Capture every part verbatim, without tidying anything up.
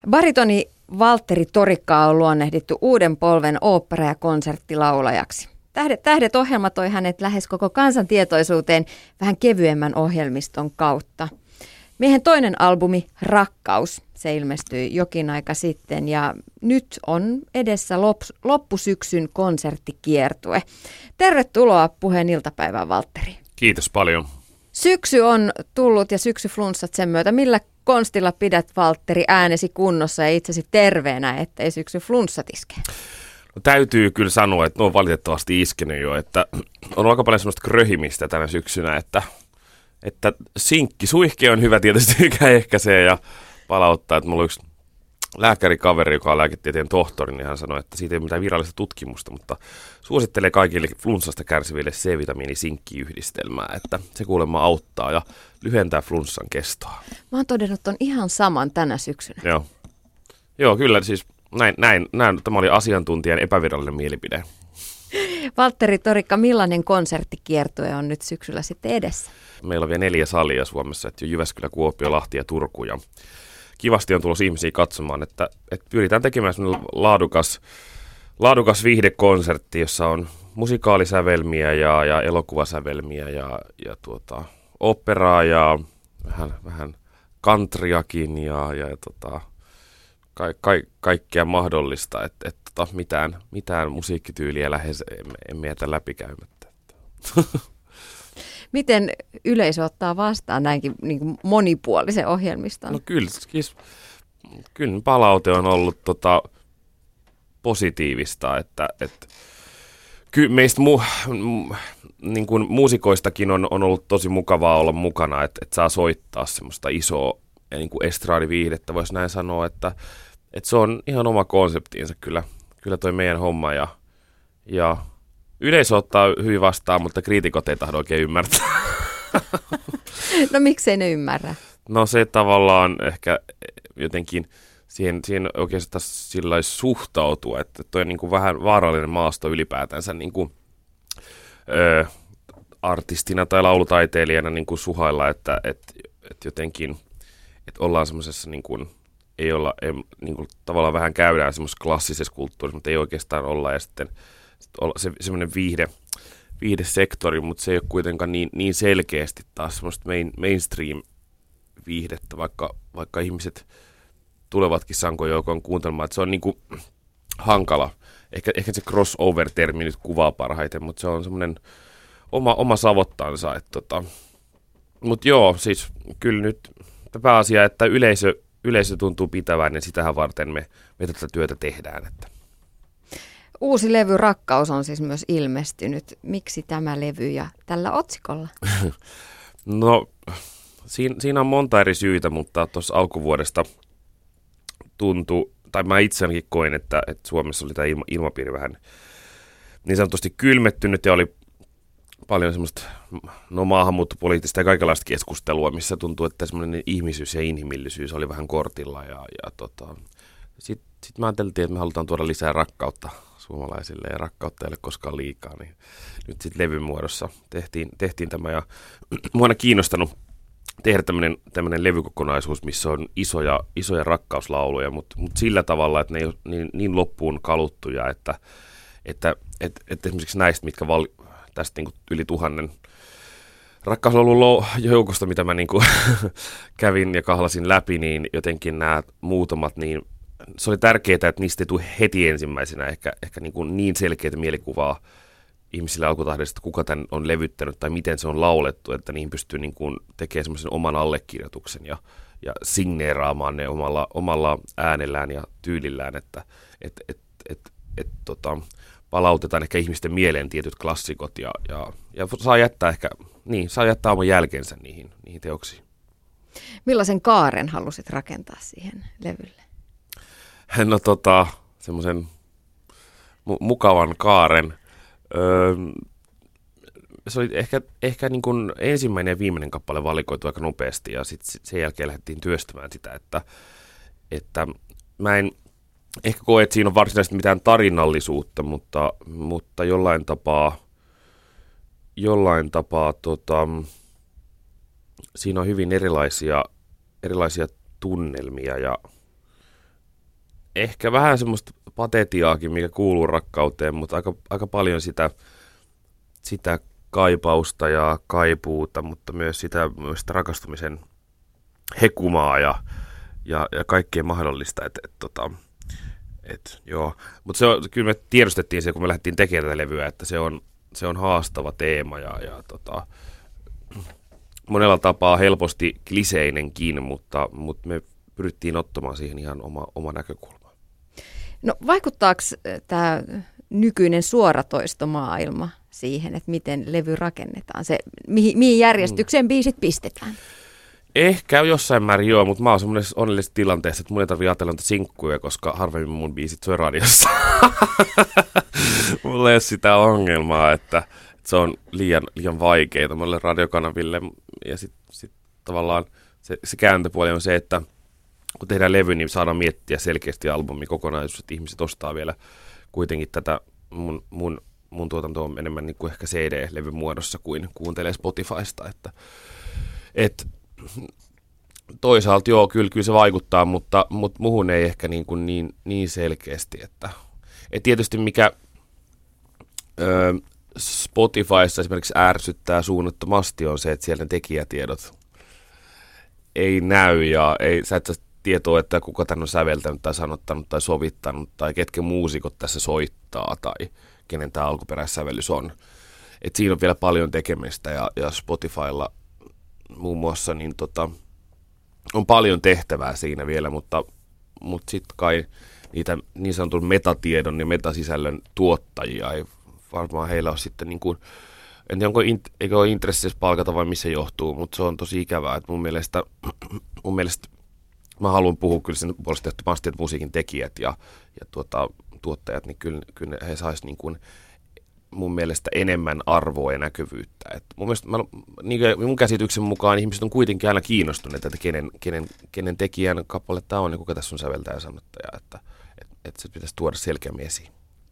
Baritoni Valtteri Torikkaa on luonnehdittu uuden polven ooppera- ja konserttilaulajaksi. Tähdet, tähdet ohjelma toi hänet lähes koko kansan tietoisuuteen vähän kevyemmän ohjelmiston kautta. Miehen toinen albumi, Rakkaus, se ilmestyi jokin aika sitten ja nyt on edessä lops, loppusyksyn konserttikiertue. Tervetuloa Puheen iltapäivään, Valtteri. Kiitos paljon. Syksy on tullut ja syksyflunssat sen myötä. Millä konstilla pidät, Valtteri, äänesi kunnossa ja itsesi terveenä, ettei syksyflunssat iske? No, täytyy kyllä sanoa, että ne on valitettavasti iskenyt jo, että on aika paljon semmoista kröhimistä tänä syksynä, että, että sinkki, suihke on hyvä tietysti, mikä ehkäisee ja palauttaa. Että mulla on yksi lääkärikaveri, joka on lääketieteen tohtori, niin hän sanoi, että siitä ei ole mitään virallista tutkimusta, mutta suosittelee kaikille flunssasta kärsiville C-vitamiini-sinkki-yhdistelmää, että se kuulemma auttaa ja lyhentää flunssan kestoa. Mä oon todennut ton ihan saman tänä syksynä. Joo, Joo kyllä siis näin, näin, näin, tämä oli asiantuntijan epävirallinen mielipide. Valtteri Torikka, millainen konserttikiertue on nyt syksyllä sitten edessä? Meillä on vielä neljä salia Suomessa, että Jyväskylä, Kuopio, Lahti ja Turku ja kivasti on tulossa ihmisiä katsomaan, että, että pyritään tekemään sellainen laadukas, laadukas viihdekonsertti, jossa on musikaalisävelmiä ja, ja elokuvasävelmiä ja, ja tuota, operaa ja vähän, vähän countryjakin ja, ja tota, ka, ka, kaikkea mahdollista, että et, tota, mitään, mitään musiikkityyliä lähes emme, emme jätä läpikäymättä. Miten yleisö ottaa vastaan näinkin niin kuin monipuolisen ohjelmiston? No kyllä, siis, kyllä palaute on ollut tota, positiivista, että, että kyllä meistä mu, mu, niin kuin muusikoistakin on, on ollut tosi mukavaa olla mukana, että, että saa soittaa semmoista isoa niin kuin estraadiviihdettä, voisi näin sanoa, että, että se on ihan oma konseptiinsa kyllä, kyllä toi meidän homma ja, ja yleisö ottaa hyvin vastaan, mutta kriitikot ei tahdo oikein ymmärtää. No miksei ne ymmärrä? No se tavallaan ehkä jotenkin siihen, siihen oikeastaan sillä suhtautua, että toi on niin kuin vähän vaarallinen maasto ylipäätänsä niin kuin, ö, artistina tai laulutaiteilijana niin kuin suhailla, että et, et jotenkin että ollaan semmoisessa niin kuin, ei olla, ei, niin kuin, tavallaan vähän käydään semmoisessa klassisessa kulttuurissa, mutta ei oikeastaan olla ja sitten se, semmoinen viihde, viihdesektori, mutta se ei ole kuitenkaan niin, niin selkeästi taas semmoista main, mainstream-viihdettä, vaikka, vaikka ihmiset tulevatkin sankojoukon kuuntelemaan, että se on niin kuin hankala. Ehkä, ehkä se crossover-termi nyt kuvaa parhaiten, mutta se on semmoinen oma, oma savottansa. Tota. Mutta joo, siis kyllä nyt pääasia, että yleisö, yleisö tuntuu pitävän ja sitähän varten me, me tätä työtä tehdään, että uusi levy Rakkaus on siis myös ilmestynyt. Miksi tämä levy ja tällä otsikolla? No, siinä, siinä on monta eri syytä, mutta tuossa alkuvuodesta tuntui, tai mä itse ainakin koin, että, että Suomessa oli tämä ilma, ilmapiiri vähän niin sanotusti kylmettynyt ja oli paljon semmoista no, maahanmuuttopoliittista ja kaikenlaista keskustelua, missä tuntui, että semmoinen ihmisyys ja inhimillisyys oli vähän kortilla ja, ja tota, sitten sit mä ajattelin, että me halutaan tuoda lisää rakkautta suomalaisille ja rakkautta ei ole koskaan liikaa, niin nyt sitten levyn muodossa tehtiin, tehtiin tämä ja mua on kiinnostanut tehdä tämmöinen, tämmöinen levykokonaisuus, missä on isoja, isoja rakkauslauluja, mutta mut sillä tavalla, että ne ei ole niin, niin loppuun kaluttuja, että, että et, et esimerkiksi näistä, mitkä val, tästä niin yli tuhannen rakkauslaulun joukosta, mitä mä niin kuin kävin ja kahlasin läpi, niin jotenkin nämä muutamat, niin se oli tärkeää, että niistä ei tule heti ensimmäisenä ehkä, ehkä niin, kuin niin selkeää mielikuvaa ihmisille alkutahdesta, että kuka tämän on levyttänyt tai miten se on laulettu, että niihin pystyy niin kuin tekemään semmoisen oman allekirjoituksen ja, ja signeeraamaan ne omalla, omalla äänellään ja tyylillään, että et, et, et, et, tota, palautetaan ehkä ihmisten mieleen tietyt klassikot ja, ja, ja saa jättää ehkä, niin, saa jättää oman jälkensä niihin, niihin teoksiin. Millaisen kaaren halusit rakentaa siihen levylle? No tota, semmoisen mu- mukavan kaaren. Öö, se oli ehkä, ehkä niin kuin ensimmäinen ja viimeinen kappale valikoitu aika nopeasti ja sitten sen jälkeen lähdettiin työstämään sitä, että, että mä en ehkä koe, että siinä on varsinaisesti mitään tarinallisuutta, mutta, mutta jollain tapaa, jollain tapaa tota, siinä on hyvin erilaisia, erilaisia tunnelmia ja ehkä vähän semmoista patetiaakin, mikä kuuluu rakkauteen, mutta aika, aika paljon sitä, sitä kaipausta ja kaipuuta, mutta myös sitä, myös sitä rakastumisen hekumaa ja, ja, ja kaikkea mahdollista. Et, et, tota, et, joo. Mutta se on, kyllä me tiedostettiin se, kun me lähdettiin tekemään tätä levyä, että se on, se on haastava teema ja, ja tota, monella tapaa helposti kliseinenkin, mutta, mutta me pyrittiin ottamaan siihen ihan oma, oma näkökulma. No vaikuttaako tämä nykyinen suoratoistomaailma siihen, että miten levy rakennetaan? Se, mihin, mihin järjestykseen mm. biisit pistetään? Ehkä jossain määrin joo, mutta mä oon semmoisessa onnellisessa tilanteessa, että mun ei tarvitse ajatella niitä sinkkuja, koska harvemmin mun biisit soi radiossa. Mulla ei ole sitä ongelmaa, että, että se on liian, liian vaikeaa mulle radiokanaville. Ja sitten sit tavallaan se, se kääntöpuoli on se, että kun tehdään levy, niin saadaan miettiä selkeästi albumin kokonaisuus, että ihmiset ostaa vielä kuitenkin tätä mun, mun, mun tuotanto on enemmän niin kuin ehkä C D-levyn muodossa kuin kuuntelee Spotifysta. Että, et, toisaalta joo, kyllä, kyllä se vaikuttaa, mutta, mutta muhun ei ehkä niin, kuin niin, niin selkeästi. Että, et tietysti mikä ö, Spotifyssa esimerkiksi ärsyttää suunnattomasti on se, että siellä ne tekijätiedot ei näy ja ei, sä et saa tietoa, että kuka tän on säveltänyt tai sanottanut tai sovittanut tai ketkä muusikot tässä soittaa tai kenen tämä alkuperäissävellys on. Et siinä on vielä paljon tekemistä ja, ja Spotifylla muun muassa niin tota, on paljon tehtävää siinä vielä, mutta, mutta sitten kai niitä niin sanotun metatiedon ja metasisällön tuottajia ei varmaan heillä ole sitten niin kuin, en tiedä, onko int, eikö ole intressissä palkata vai missä johtuu, mutta se on tosi ikävää, että mun mielestä, mun mielestä mä haluan puhua kyllä sen puolesta ehdottomasti, että musiikin tekijät ja, ja tuota, tuottajat, niin kyllä, kyllä he sais niin kuin mun mielestä enemmän arvoa ja näkyvyyttä. Et mun, mielestä, mä, niin mun käsityksen mukaan ihmiset on kuitenkin aina kiinnostuneet, että kenen, kenen, kenen tekijän kappale tämä on ja kuka tässä on säveltäjä ja sanottaja, että et, et se pitäisi tuoda selkeämmin esiin.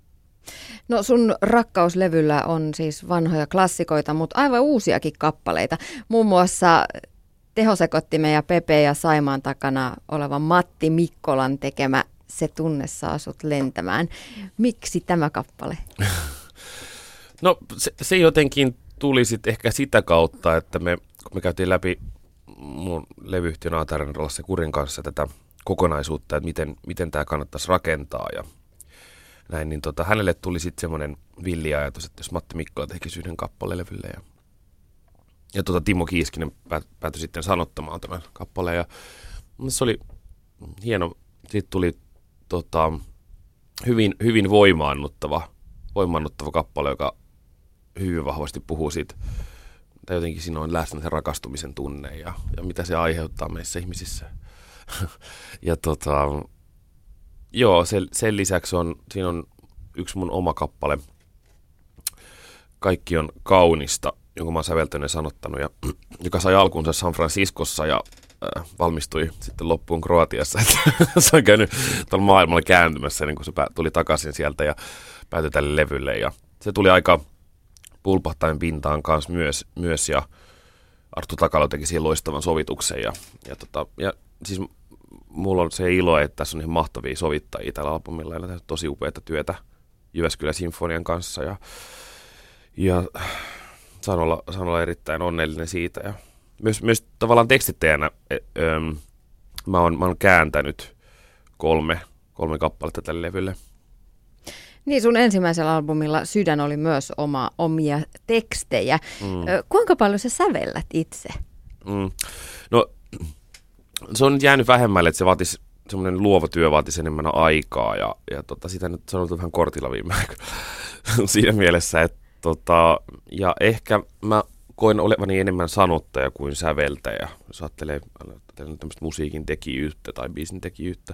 No sun rakkauslevyllä on siis vanhoja klassikoita, mutta aivan uusiakin kappaleita. Muun muassa Tehosekottimen ja Pepe ja Saimaan takana oleva Matti Mikkolan tekemä Se tunne saa sut lentämään. Miksi tämä kappale? No se, se jotenkin tuli sitten ehkä sitä kautta, että me, kun me käytiin läpi mun levyyhtiön A T R Lasse Kurin kanssa tätä kokonaisuutta, että miten, miten tämä kannattaisi rakentaa ja näin, niin tota, hänelle tuli sitten semmoinen villi ajatus, että jos Matti Mikkola tekisi yhden kappaleen levylle ja, ja tota, Timo Kiiskinen päät, päätyi sitten sanottamaan tämän kappaleen ja se oli hieno, siitä tuli tota, hyvin, hyvin voimaannuttava, voimaannuttava kappale, joka hyvin vahvasti puhuu siitä, tai jotenkin siinä on läsnä se rakastumisen tunne ja, ja mitä se aiheuttaa meissä ihmisissä. ja tota, joo, sen, sen lisäksi on, siinä on yksi mun oma kappale, Kaikki on kaunista, jonka mä oon säveltänyt ja sanottanut, ja, joka sai alkunsa San Franciscossa ja äh, valmistui sitten loppuun Kroatiassa. Se on käynyt tuolla maailmalla kääntymässä, niin kun se tuli takaisin sieltä ja päätyi tälle levylle. Ja se tuli aika pulpahtain pintaan kanssa myös, myös ja Arttu Takalo teki siihen loistavan sovituksen. Ja, ja, tota, ja siis mulla on se ilo, että tässä on ihan mahtavia sovittajia tällä albumilla ja on tosi upeata työtä Jyväskylän Sinfonian kanssa ja, ja saan, olla, saan olla erittäin onnellinen siitä. Ja myös, myös tavallaan tekstittäjänä öö, mä, oon, mä oon kääntänyt kolme, kolme kappaletta tälle levylle. Niin, sun ensimmäisellä albumilla Sydän oli myös oma, omia tekstejä. Mm. Ö, kuinka paljon sä sävellät itse? Mm. No, se on nyt jäänyt vähemmälle, että se vaatisi, semmoinen luova työ vaatisi enemmän aikaa ja, ja tota, sitä nyt sanotaan vähän kortilla viime aikoina siinä mielessä, että tota, ja ehkä mä koen olevani enemmän sanottaja kuin säveltäjä, jos ajattelee tämmöistä musiikin tekijyyttä tai biisin tekijyyttä.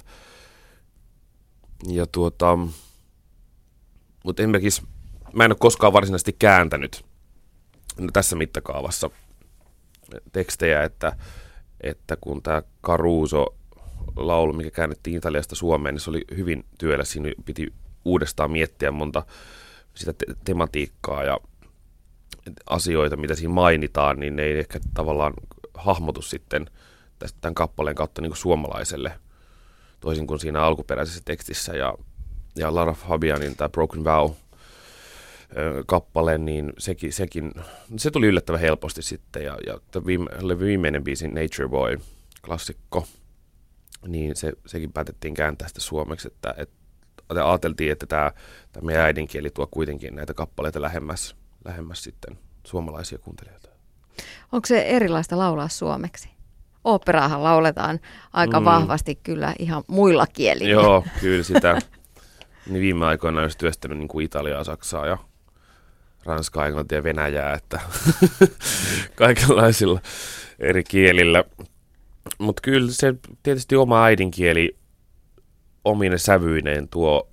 Ja tuota, mutta esimerkiksi mä en ole koskaan varsinaisesti kääntänyt tässä mittakaavassa tekstejä, että että kun tämä Caruso-laulu, mikä käännettiin Italiasta Suomeen, niin se oli hyvin työläs. Siinä piti uudestaan miettiä monta sitä te- tematiikkaa ja asioita, mitä siinä mainitaan, niin ne ei ehkä tavallaan hahmotu sitten tästä, tämän kappaleen kautta niin kuin suomalaiselle toisin kuin siinä alkuperäisessä tekstissä. Ja, ja Lara Fabianin tämä Broken Vow-kappale, niin sekin, sekin, se tuli yllättävän helposti sitten. Ja, ja viime, viimeinen biisi, Nature Boy, klassikko, niin se, sekin päätettiin kääntää sitä suomeksi, että, että ajateltiin, että tämä, tämä meidän äidinkieli tuo kuitenkin näitä kappaleita lähemmäs, lähemmäs sitten suomalaisia kuuntelijoita. Onko se erilaista laulaa suomeksi? Oopperaahan lauletaan aika mm. vahvasti kyllä ihan muilla kielillä. Joo, kyllä sitä. Niin viime aikoina olisi työstänyt niin kuin Italiaa, Saksaa ja Ranskaa, Englantia ja Venäjää, että kaikenlaisilla eri kielillä. Mutta kyllä se tietysti oma äidinkieli omine sävyineen tuo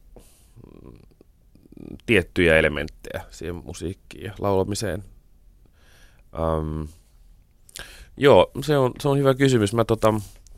tiettyjä elementtejä siihen musiikkiin ja laulamiseen. Um, joo, se on, se on hyvä kysymys. Mä tota,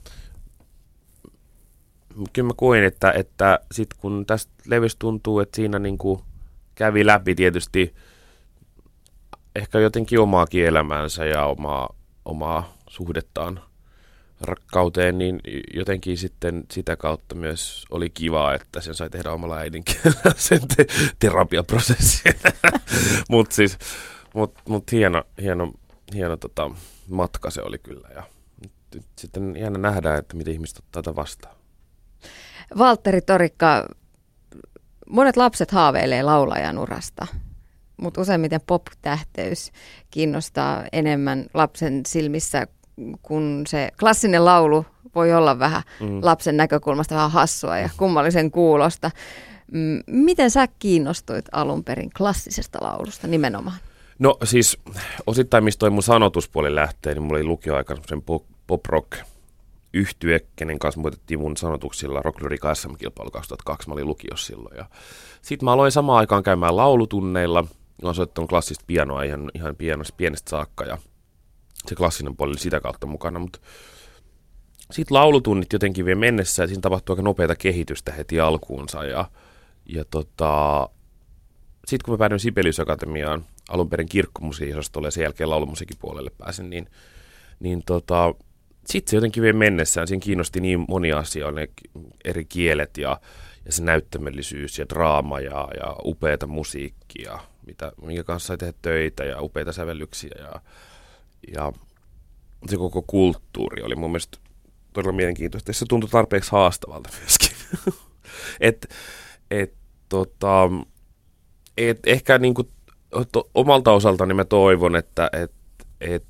kyllä mä koen, että, että sit kun tästä levystä tuntuu, että siinä niinku kävi läpi tietysti ehkä jotenkin omaa kielämäänsä ja omaa, omaa suhdettaan rakkauteen, niin jotenkin sitten sitä kautta myös oli kiva, että sen sai tehdä omalla äidinkielellä sen te- terapiaprosessin. Mutta siis, mut, mut hieno, hieno, hieno tota, matka se oli kyllä. Ja nyt sitten jännä nähdään, että miten ihmiset ottaa tätä vastaan. Valtteri Torikka, monet lapset haaveilee laulajan urasta, mutta useimmiten pop-tähteys kiinnostaa enemmän lapsen silmissä, kun se klassinen laulu voi olla vähän mm. lapsen näkökulmasta vähän hassua ja kummallisen kuulosta. Miten sä kiinnostuit alun perin klassisesta laulusta nimenomaan? No siis osittain, mistä toi mun sanotuspuoli lähtee, niin mulla oli lukioaikana semmoisen pop-rock yhtye, kenen kanssa muotettiin mun sanotuksilla Rock Lyrica S M-kilpailu kaksituhattakaksi. Mä olin lukiossa silloin. Ja sitten mä aloin samaan aikaan käymään laulutunneilla. Mä oon soittanut klassista pianoa ihan, ihan pienosta, pienestä saakka ja se klassinen puoli oli sitä kautta mukana, mutta sitten laulutunnit jotenkin vielä mennessä ja siinä tapahtui aika nopeata kehitystä heti alkuunsa ja, ja tota, sitten kun mä päädyin Sibelius Akatemiaan alun perin kirkkomusiikisostolle ja sen jälkeen laulumusiikin puolelle pääsin, niin, niin tota, sitten se jotenkin vielä mennessään, siinä kiinnosti niin monia asioita, ne eri kielet ja, ja se näyttämöllisyys ja draama ja, ja upeata musiikkia, mitä, minkä kanssa sai tehdä töitä ja upeita sävellyksiä ja Ja se koko kulttuuri oli mun mielestä todella mielenkiintoista. Se tuntui tarpeeksi haastavalta myöskin. et, et, tota, et ehkä niinku, to, omalta osaltani mä toivon, että et, et,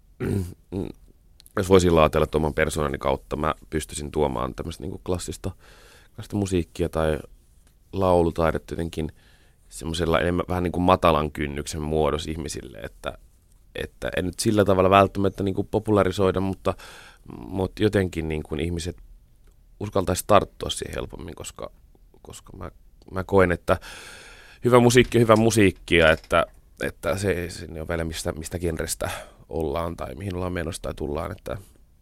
jos voisin laatella oman persoonani kautta, mä pystyisin tuomaan tämmöistä niinku klassista, klassista musiikkia tai laulutaidetta jotenkin semmoisella enemmän vähän niin kuin matalan kynnyksen muodossa ihmisille, että että en nyt sillä tavalla välttämättä niin kuin popularisoida, mutta, mutta jotenkin niin kuin ihmiset uskaltaisi tarttua siihen helpommin, koska, koska mä, mä koen, että hyvä musiikki on hyvä musiikkia, että, että se, se on vielä mistä, mistä genrestä ollaan tai mihin ollaan menossa tai tullaan, että,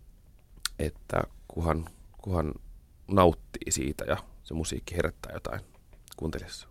että kuhan, kuhan nauttii siitä ja se musiikki herättää jotain kuuntelijassa.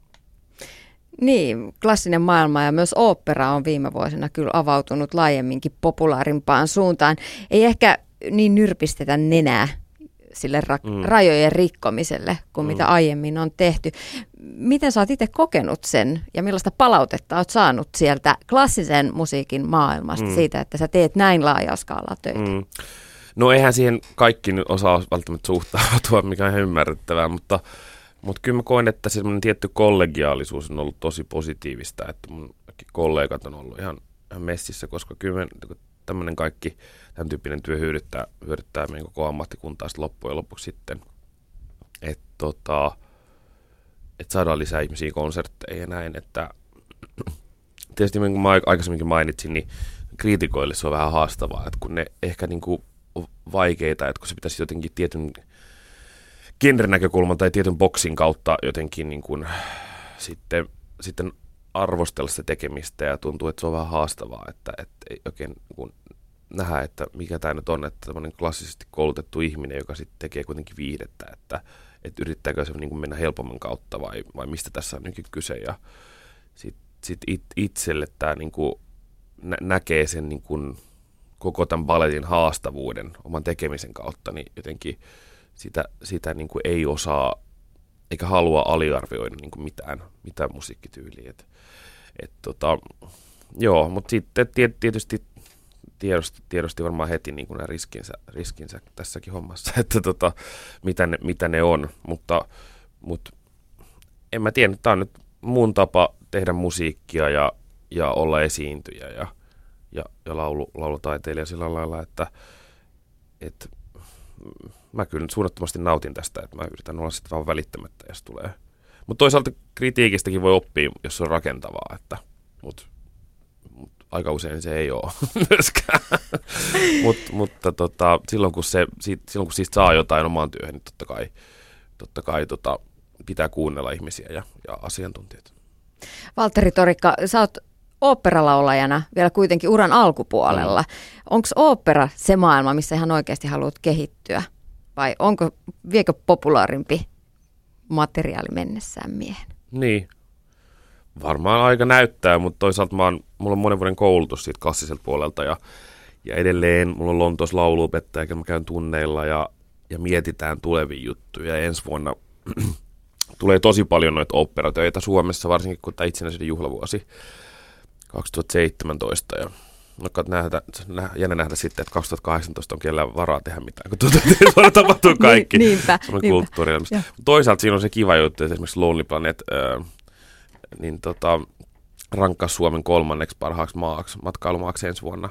Niin, klassinen maailma ja myös ooppera on viime vuosina kyllä avautunut laajemminkin populaarimpaan suuntaan. Ei ehkä niin nyrpistetä nenää sille ra- mm. rajojen rikkomiselle kuin mm. mitä aiemmin on tehty. Miten sä oot itse kokenut sen ja millaista palautetta oot saanut sieltä klassisen musiikin maailmasta mm. siitä, että sä teet näin laajaa skaalaa töitä? Mm. No eihän siihen kaikki osaa välttämättä suhtautua, mikä on ymmärrettävää, mutta Mutta kyllä mä koen, että semmoinen tietty kollegiaalisuus on ollut tosi positiivista, että mun kollegat on ollut ihan, ihan messissä, koska kyllä tämmöinen kaikki, tämän tyyppinen työ hyödyttää, hyödyttää meidän koko ammattikuntaa sitten loppujen lopuksi sitten, että tota, et saadaan lisää ihmisiä konsertteihin ja näin, että tietysti niin kuin mä aikaisemminkin mainitsin, niin kriitikoille se on vähän haastavaa, että kun ne ehkä niin kuin on vaikeita, että kun se pitäisi jotenkin tietyn genrenäkökulman tai tietyn boksin kautta jotenkin niin kuin sitten, sitten arvostella sitä tekemistä ja tuntuu, että se on vähän haastavaa, että, että ei oikein niin nähdä, että mikä tämä nyt on, että tämmöinen klassisesti koulutettu ihminen, joka sitten tekee kuitenkin viihdettä, että, että yrittääkö se niin kuin mennä helpomman kautta vai, vai mistä tässä on nytkin kyse ja sitten sit it, itselle tämä niin kuin nä- näkee sen niin kuin koko tämän balletin haastavuuden oman tekemisen kautta, niin jotenkin sitä, sitä niin kuin ei osaa eikä halua aliarvioida niin kuin mitään, mitään musiikkityyliä. Et, et, tota, joo, mutta sitten tietysti tiedosti, tiedosti varmaan heti niin kuin nämä riskinsä, riskinsä tässäkin hommassa, että tota, mitä, ne, mitä ne on, mutta, mutta en mä tiedä, tämä on nyt mun tapa tehdä musiikkia ja, ja olla esiintyjä ja, ja, ja laulu, laulutaiteilija sillä lailla, että, että mä kyllä nyt suunnattomasti nautin tästä, että mä yritän olla sitten vaan välittämättä, jos tulee. Mutta toisaalta kritiikistäkin voi oppia, jos se on rakentavaa, että, mutta mut aika usein se ei ole myöskään. Mut, mutta tota, silloin, kun se, silloin kun siitä saa jotain omaan työhön, niin totta kai, totta kai tota, pitää kuunnella ihmisiä ja, ja asiantuntijoita. Valtteri Torikka, sä oot oopperalaulajana vielä kuitenkin uran alkupuolella. Mm. Onko ooppera se maailma, missä ihan oikeasti haluat kehittyä? Vai onko, viekö populaarimpi materiaali mennessään miehen? Niin, varmaan aika näyttää, mutta toisaalta mä oon, mulla on monen vuoden koulutus siitä klassiselta puolelta ja, ja edelleen mulla on Lontoossa lauluopettaja, ja mä käyn tunneilla ja, ja mietitään tulevia juttuja. Ja ensi vuonna tulee tosi paljon noita oopperatöitä Suomessa, varsinkin kun tämä itsenäisyyden juhlavuosi kaksituhattaseitsemäntoista ja no, nähdä, jännä nähdä sitten, että kaksituhattakahdeksantoista on kellään varaa tehdä mitään, kun tuota tapahtuu kaikki. Niinpä, niinpä. Kulttuurielämässä. Toisaalta siinä on se kiva juttu, että esimerkiksi Lonely Planet äh, niin tota, rankkas Suomen kolmanneksi parhaaksi maaksi, matkailumaaksi ensi vuonna.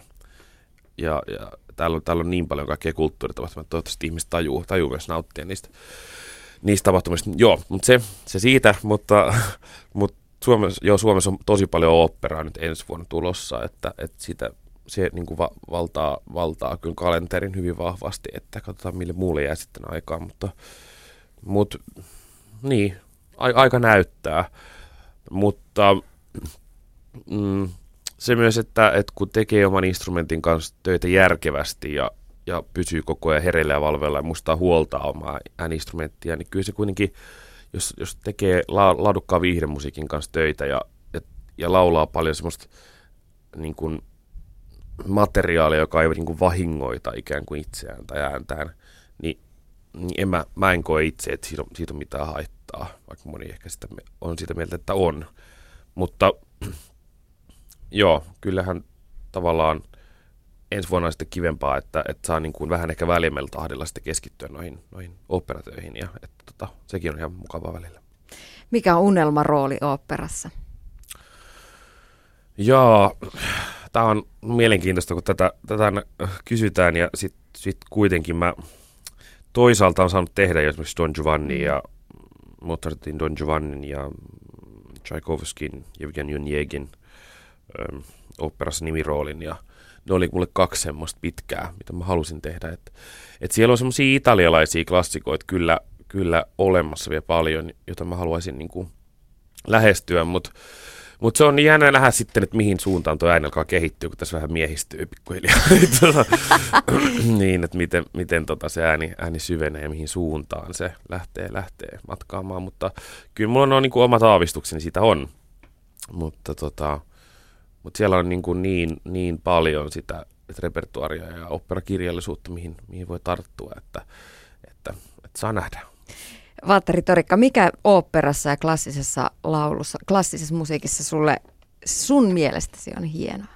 Ja, ja täällä, on, täällä on niin paljon kaikkea kulttuuritapahtumia, että toivottavasti ihmiset tajuu, tajuu myös nauttia niistä, niistä tapahtumista. Joo, mutta se, se siitä, mutta, mutta Suomessa, joo, Suomessa on tosi paljon oopperaa nyt ensi vuonna tulossa, että, että sitä, se niin kuin va, valtaa, valtaa kyllä kalenterin hyvin vahvasti, että katsotaan mille muulle jää sitten aikaa, mutta, mutta niin, a, aika näyttää, mutta mm, se myös, että, että kun tekee oman instrumentin kanssa töitä järkevästi ja, ja pysyy koko ajan hereillä ja valveilla ja muistaa huoltaa omaa ääni-instrumenttia, niin kyllä se kuitenkin Jos, jos tekee la, laadukkaan viihdemusiikin kanssa töitä ja, ja, ja laulaa paljon semmoista niin kuin materiaalia, joka ei niin kuin vahingoita ikään kuin itseään tai ääntään, niin, niin en mä, mä en koe itse, että siitä on, siitä on mitään haittaa, vaikka moni ehkä sitä on sitä mieltä, että on. Mutta joo, kyllähän tavallaan ensi vuonna on sitten kivempaa, että, että saa niin kuin vähän ehkä väljemmällä tahdilla sitten keskittyä noihin, noihin oopperatöihin ja että tota, sekin on ihan mukavaa välillä. Mikä on unelmarooli oopperassa? Jaa, tämä on mielenkiintoista, kun tätä, tätä kysytään ja sitten sit kuitenkin mä toisaalta on saanut tehdä esimerkiksi Don Giovanni ja Mozartin Don Giovannin ja Tchaikovskin, Jevgeni Onegin ähm, oopperassa nimiroolin ja ne oli mulle kaksi semmoista pitkää, mitä mä halusin tehdä. Et, et siellä on semmoisia italialaisia klassikoita kyllä, kyllä olemassa vielä paljon, jota mä haluaisin niin kuin lähestyä, mutta mut se on jännä nähdä sitten, että mihin suuntaan tuo ääni alkaa kehittyä, kun tässä vähän miehistyy pikkuhiljaa. Niin, että miten, miten tota se ääni, ääni syvenee ja mihin suuntaan se lähtee, lähtee matkaamaan, mutta kyllä mulla on niin kuin omat aavistukseni siitä on, mutta tota... Mutta siellä on niin, kuin niin, niin paljon sitä että repertuaria ja oopperakirjallisuutta, mihin, mihin voi tarttua, että, että, että saa nähdä. Valtteri Torikka, mikä oopperassa ja klassisessa laulussa, klassisessa musiikissa sulle sun mielestäsi on hienoa?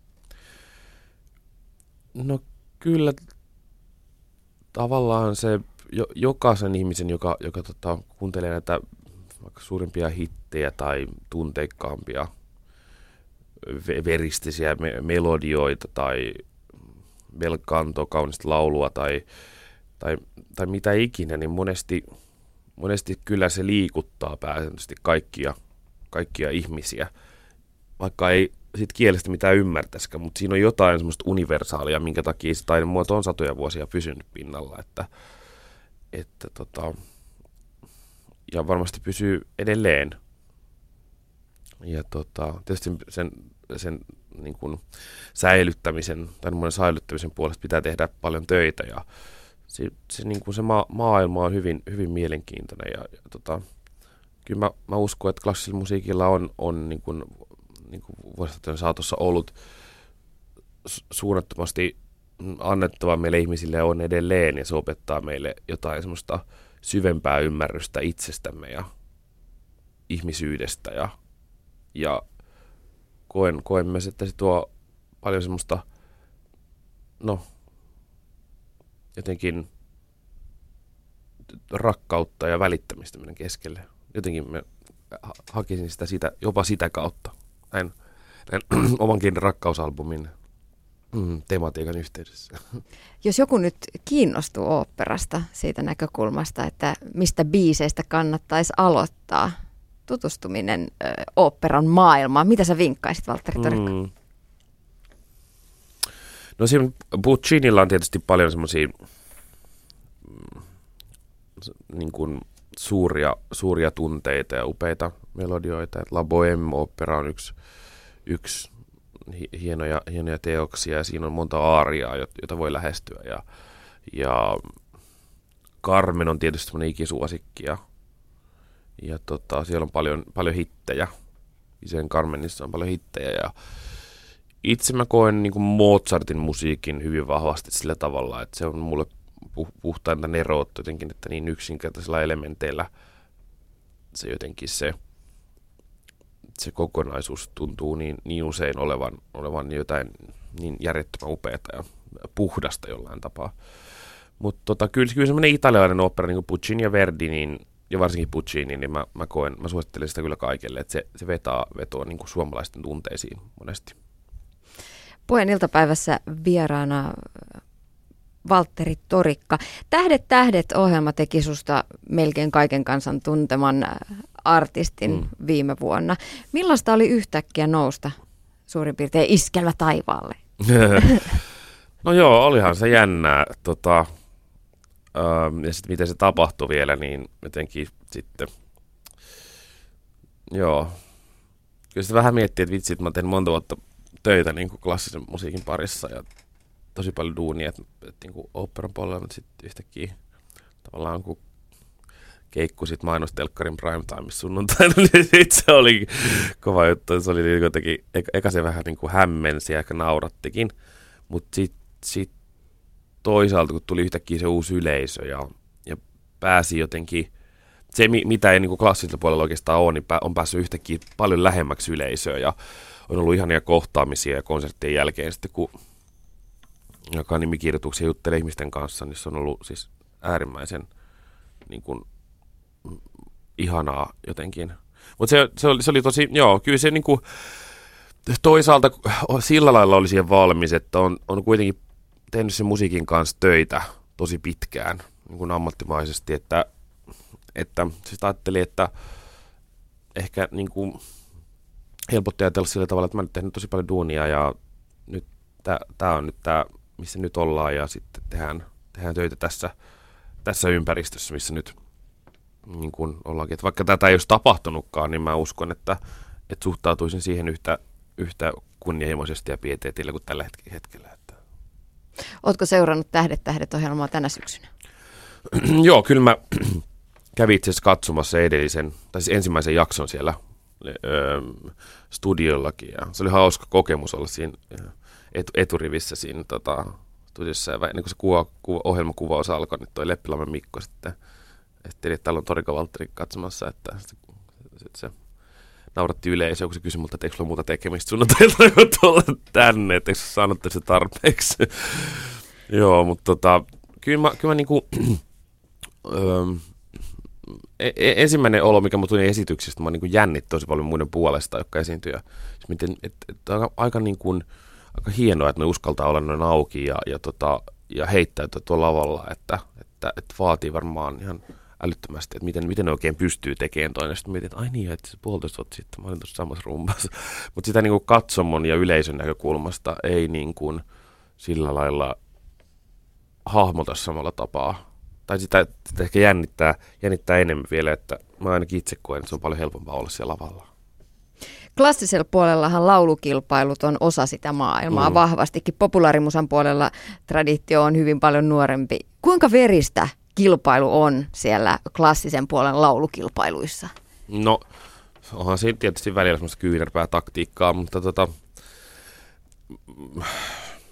No kyllä tavallaan se jo, jokaisen ihmisen, joka, joka tota, kuuntelee näitä vaikka suurimpia hittejä tai tunteikkaampia veristisiä me- melodioita tai belcanto, kaunista laulua tai, tai, tai mitä ikinä, niin monesti, monesti kyllä se liikuttaa pääsääntöisesti kaikkia, kaikkia ihmisiä, vaikka ei siitä kielestä mitään ymmärtäisikään, mutta siinä on jotain semmoista universaalia, minkä takia se taidemuoto on satoja vuosia pysynyt pinnalla, että, että tota, ja varmasti pysyy edelleen. Ja tota, tietysti sen, sen niin kuin säilyttämisen tai säilyttämisen puolesta pitää tehdä paljon töitä ja se, se, niin kuin se ma- maailma on hyvin, hyvin mielenkiintoinen ja, ja tota, kyllä mä, mä uskon, että klassisella musiikilla on, on niin kuin, niin kuin vuosisatojen saatossa ollut su- suunnattomasti annettava meille ihmisille on edelleen, ja se opettaa meille jotain semmoista syvempää ymmärrystä itsestämme ja ihmisyydestä, ja, ja koen, koen myös, että se tuo paljon semmoista, no, jotenkin rakkautta ja välittämistä meidän keskelle. Jotenkin me hakisin sitä, sitä jopa sitä kautta, näin, näin omankin rakkausalbumin mm, tematiikan yhteydessä. Jos joku nyt kiinnostuu oopperasta siitä näkökulmasta, että mistä biiseistä kannattaisi aloittaa tutustuminen ö, oopperan maailmaan, mitä sä vinkkaisit, Valtteri Torikka? Mm. No siinä Puccinilla on tietysti paljon semmoisia mm, niin kuin suuria, suuria tunteita ja upeita melodioita. Et La Bohème-opera on yksi, yksi hienoja, hienoja teoksia, ja siinä on monta aariaa, jota voi lähestyä. Ja, ja Carmen on tietysti semmoinen ikisuosikki, ja, ja tota, siellä on paljon, paljon hittejä. Sen Carmenissa on paljon hittejä, ja itse mä koen niin kuin Mozartin musiikin hyvin vahvasti sillä tavalla, että se on mulle puhtainta neroutta jotenkin, että niin yksinkertaisilla elementeillä se jotenkin se, se kokonaisuus tuntuu niin, niin usein olevan, olevan jotain niin järjettömän upeata ja puhdasta jollain tapaa. Mutta tota, kyllä, kyllä semmoinen italialainen opera, niin kuin Puccini ja Verdi, niin, ja varsinkin Puccini, niin mä, mä, koen, mä suosittelen sitä kyllä kaikille, että se, se vetää vetoa niin kuin suomalaisten tunteisiin monesti. Puheen iltapäivässä vieraana Valtteri Torikka. Tähdet tähdet -ohjelma teki susta melkein kaiken kansan tunteman artistin mm. viime vuonna. Millaista oli yhtäkkiä nousta suurin piirtein iskelmä taivaalle? No joo, olihan se jännää. Tota, ähm, ja sitten miten se tapahtui vielä, niin jotenkin sitten, joo. Kyllä sitä vähän miettii, että vitsi, että mä teen monta vuotta töitä niin kuin klassisen musiikin parissa ja tosi paljon duunia, että, että niin kuin oopperan puolella, mutta sitten yhtäkkiä tavallaan kun keikkusit mainostelkkarin primetimeissa sunnuntaina, niin se oli kova juttu. Se oli jotenkin, eka se vähän niin kuin hämmensi ja ehkä naurattikin, mutta sitten sit toisaalta kun tuli yhtäkkiä se uusi yleisö ja, ja pääsi jotenkin, se mitä ei niin kuin klassisella puolella oikeastaan ole, niin on päässyt yhtäkkiä paljon lähemmäksi yleisöä ja on ollut ihania kohtaamisia ja konserttien jälkeen sitten, kun jakaa nimikirjoituksia juttelee ihmisten kanssa, niin se on ollut siis äärimmäisen niin kuin, ihanaa jotenkin. Mutta se, se, oli, se oli tosi, joo, kyllä se niin kuin, toisaalta sillä lailla oli siihen valmis, että on, on kuitenkin tehnyt sen musiikin kanssa töitä tosi pitkään niin kuin ammattimaisesti, että, että siis ajattelin, että ehkä niin kuin, helpotti ajatella sillä tavalla, että mä oon tehnyt tosi paljon duunia ja nyt tämä on nyt tämä, missä nyt ollaan ja sitten tehdään, tehdään töitä tässä, tässä ympäristössä, missä nyt niin kuin ollaankin. Että vaikka tätä ei olisi tapahtunutkaan, niin mä uskon, että, että suhtautuisin siihen yhtä, yhtä kunnianhimoisesti ja pieteetillä kuin tällä hetkellä. Että. Ootko seurannut Tähdet tähdet -ohjelmaa tänä syksynä? Joo, kyllä mä kävin itse asiassa katsomassa edellisen, tai siis ensimmäisen jakson siellä öö, studiollakin. Ja se oli hauska kokemus olla siinä et, eturivissä siinä tota, studiossa. Ja ennen kuin se kuva, kuva, ohjelmakuvaus alkoi, niin toi Leppilammen Mikko sitten ettei, että täällä on Torikka Valtteri katsomassa, että sitten sit se nauratti yleisöä, kun se kysyi multa, että eikö sulla muuta tekemistä sunnuntailta kuin tuolla tänne, että eikö sä saanut se tarpeeksi. Joo, mutta tota, kyllä mä, kyllä mä niinku, öö, ensimmäinen olo, mikä mun tuli esityksestä, mä niinku jännit tosi paljon muiden puolesta, jotka esiintyy. Miten, et, et, aika, aika, niin kuin, aika hienoa, että ne uskaltaa olla noin auki ja, ja, tota, ja heittäytyä tuolla lavalla, että, että, että vaatii varmaan ihan älyttömästi, että miten, miten ne oikein pystyy tekemään toinen. Sitten mietin, että ai niin, että se puolitoista vuotta sitten, mä olin tuossa samassa rumpassa. Mutta sitä niin kuin katsomon ja yleisön näkökulmasta ei niin kuin sillä lailla hahmota samalla tapaa. Tai sitä, sitä ehkä jännittää, jännittää enemmän vielä, että mä ainakin itse koen, että se on paljon helpompaa olla siellä lavalla. Klassisella puolellahan laulukilpailut on osa sitä maailmaa mm. vahvastikin. Populaarimusan puolella traditio on hyvin paljon nuorempi. Kuinka veristä kilpailu on siellä klassisen puolen laulukilpailuissa? No, onhan siinä tietysti välillä semmoista kyynärpää taktiikkaa, mutta tota,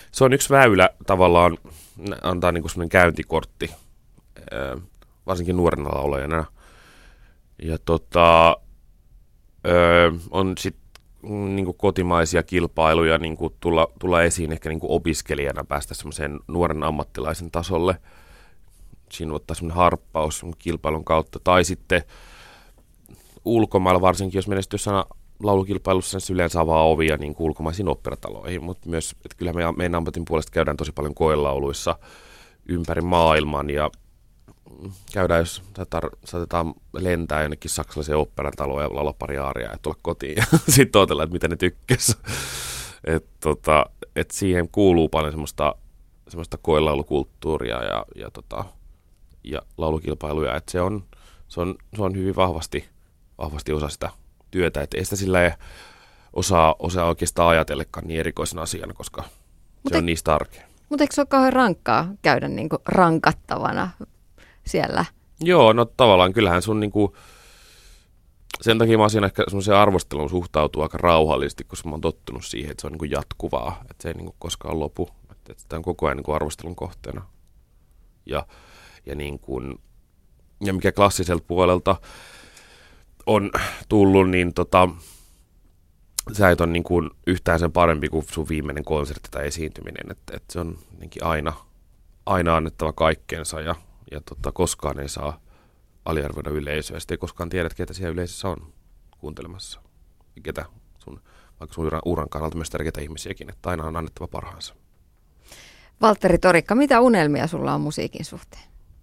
se on yksi väylä tavallaan antaa niin kuin semmoinen käyntikortti, varsinkin nuorena laulajana. Ja tota, on sitten niin kotimaisia kilpailuja niin kuin tulla, tulla esiin ehkä niin kuin opiskelijana, päästä semmoiseen nuoren ammattilaisen tasolle. Siinä ottaa semmoinen harppaus kilpailun kautta. Tai sitten ulkomailla, varsinkin jos menestyy sana laulukilpailussa, se yleensä avaa ovia niin kuin ulkomaisiin oopperataloihin. Mutta myös, että kyllä me, meidän ammatin puolesta käydään tosi paljon koelauluissa ympäri maailman. Ja käydään, jos saatetaan lentää jonnekin saksalaiseen oopperataloon ja laulaa pari aaria ja tulla kotiin. Ja sitten odotellaan, että mitä ne tykkäs. Että tota, et siihen kuuluu paljon semmoista, semmoista koelaulukulttuuria ja, ja, tota, ja laulukilpailuja. Että se on, se, on, se on hyvin vahvasti, vahvasti osa sitä työtä. Että ei sitä sillä ei osaa, osaa oikeastaan ajatellekaan niin erikoisena asiana, koska Mut se on niistä arkea. Mutta eikö se ole kauhean rankkaa käydä niinku rankattavana siellä? Joo, no tavallaan kyllähän sun niinku, sen takia mä oon siinä ehkä semmoiseen arvosteluun suhtautuu aika rauhallisesti, koska mä oon tottunut siihen, että se on niinku jatkuvaa, että se ei niinku koskaan lopu, että, että sitä on koko ajan niinku arvostelun kohteena. Ja, ja, niinku, ja mikä klassiselta puolelta on tullut, niin tota, sä et ole niinku yhtään sen parempi kuin sun viimeinen konsertti tai esiintyminen, että, että se on aina, aina annettava kaikkeensa ja Ja tota, koskaan ei saa aliarvioida yleisöä. Sitten ei koskaan tiedä, ketä siellä yleisössä on kuuntelemassa. Ja ketä sun, vaikka sun uran, uran kannalta myös tärkeitä ihmisiäkin. Että aina on annettava parhaansa. Valtteri Torikka, mitä unelmia sulla on musiikin suhteen?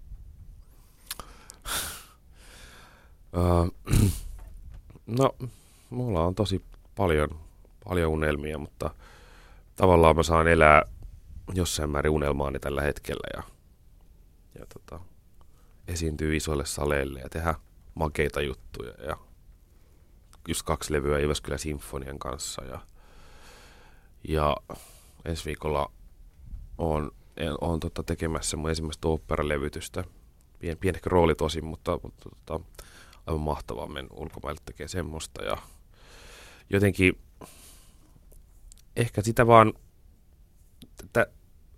no, mulla on tosi paljon, paljon unelmia, mutta tavallaan mä saan elää jossain määrin unelmaani tällä hetkellä ja ja tota, esiintyy isoille saleille ja tehdä makeita juttuja ja just kaksi levyä Jyväskylän Sinfonian kanssa ja, ja ensi viikolla on, on tota, tekemässä mun ensimmäistä oopperalevytystä. Pien, pienehkö rooli tosin, mutta, mutta tota, aivan mahtavaa mennä ulkomaille tekee semmoista ja jotenkin ehkä sitä vaan tätä,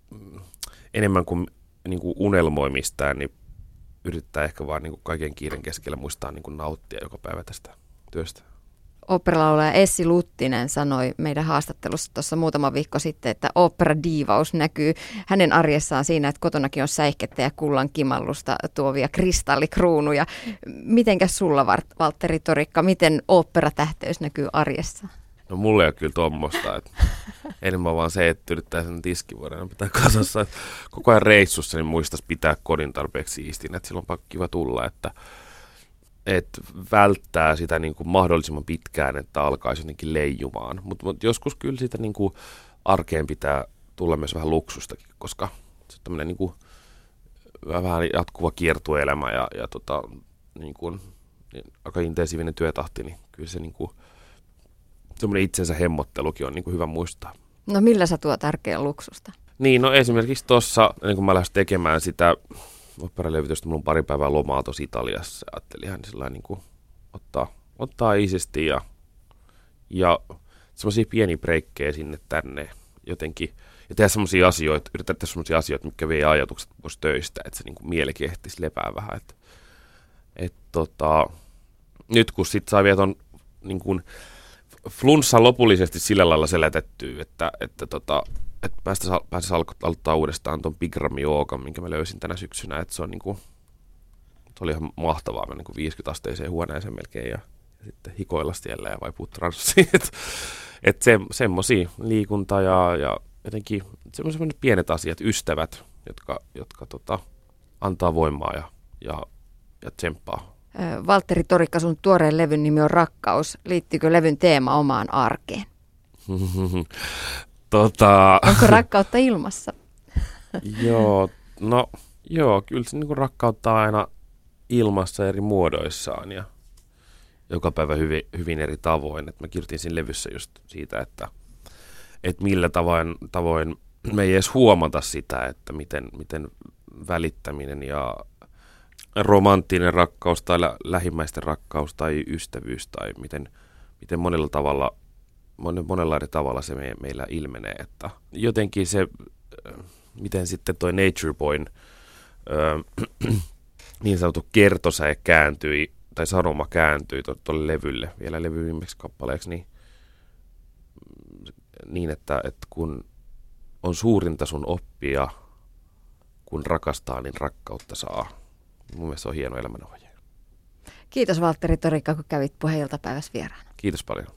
enemmän kuin niin kuin unelmoimistään, niin yrittää ehkä vaan niin kuin kaiken kiiren keskellä muistaa niin kuin nauttia joka päivä tästä työstä. Oopperalaulaja Essi Luttinen sanoi meidän haastattelussa tuossa muutama viikko sitten, että oopperadiivaus näkyy hänen arjessaan siinä, että kotonakin on säihkettä ja kullan kimallusta tuovia kristallikruunuja. Mitenkäs sulla, Valtteri Torikka, miten oopperatähteys näkyy arjessa? No mulla ei ole kyllä tuommoista, että enemmän vaan se, että yrittää sen tiskivuoden pitää kasassa. Että koko ajan reissussa niin muistaisi pitää kodin tarpeeksi siistin, että silloin on kiva tulla, että, että välttää sitä niin kuin mahdollisimman pitkään, että alkaisi jotenkin leijumaan. Mutta mut joskus kyllä sitä niin kuin arkeen pitää tulla myös vähän luksustakin, koska se on tämmöinen niin kuin vähän jatkuva kiertueelämä ja, ja tota, niin kuin, niin aika intensiivinen työtahti, niin kyllä se niin kuin semmoinen itsensä hemmottelukin on niin kuin hyvä muistaa. No millä sä tuot arkeen luksusta? Niin, no esimerkiksi tuossa, niin kun mä lähdin tekemään sitä oopperalevytystä, mulla on pari päivää lomaa tuossa Italiassa. Ajattelin ihan sillä niin kuin ottaa, ottaa iisesti ja, ja semmoisia pieniä breikkejä sinne tänne jotenkin. Ja tehdä semmoisia asioita, yrittää tehdä semmoisia asioita, mitkä vie ajatukset pois töistä, että se niin kuin mielikin ehtisi lepää vähän. Et, et, tota, nyt kun sit saa vielä ton niin kuin flunssa lopullisesti sillä lailla selätettyä, että, että, tota, että päästä, päästä aloittaa uudestaan tuon Bikram-joogan, minkä mä löysin tänä syksynä. Että se, on niinku, se oli ihan mahtavaa, mä niinku viisikymmentä-asteiseen huoneeseen melkein ja, ja sitten hikoilla siellä ja vaipua transsiin. Että et se, semmosia liikunta ja, ja jotenkin semmoiset pienet asiat, ystävät, jotka, jotka tota, antaa voimaa ja, ja, ja tsemppaa. Valtteri Torikka, sun tuoreen levyn nimi on Rakkaus. Liittyykö levyn teema omaan arkeen? tota... Onko rakkautta ilmassa? joo, no joo, kyllä se niin kuin rakkautta on aina ilmassa eri muodoissaan ja joka päivä hyvin, hyvin eri tavoin. Et mä kirjoitin siinä levyssä just siitä, että, että millä tavoin, tavoin me ei edes huomata sitä, että miten, miten välittäminen ja romanttinen rakkaus tai lä- lähimmäisten rakkaus tai ystävyys tai miten, miten monella tavalla monella eri tavalla se me, meillä ilmenee, että jotenkin se, miten sitten toi Nature Boyn äh, niin sanottu kertosäe kääntyi, tai sanoma kääntyi tuolle levylle, vielä levy viimeksi kappaleeksi, niin, niin että, että kun on suurinta sun oppia, kun rakastaa, niin rakkautta saa. Mun mielestä se on hieno elämänohje. Kiitos Valtteri Torikka, kun kävit Puheen iltapäivässä vieraana. Kiitos paljon.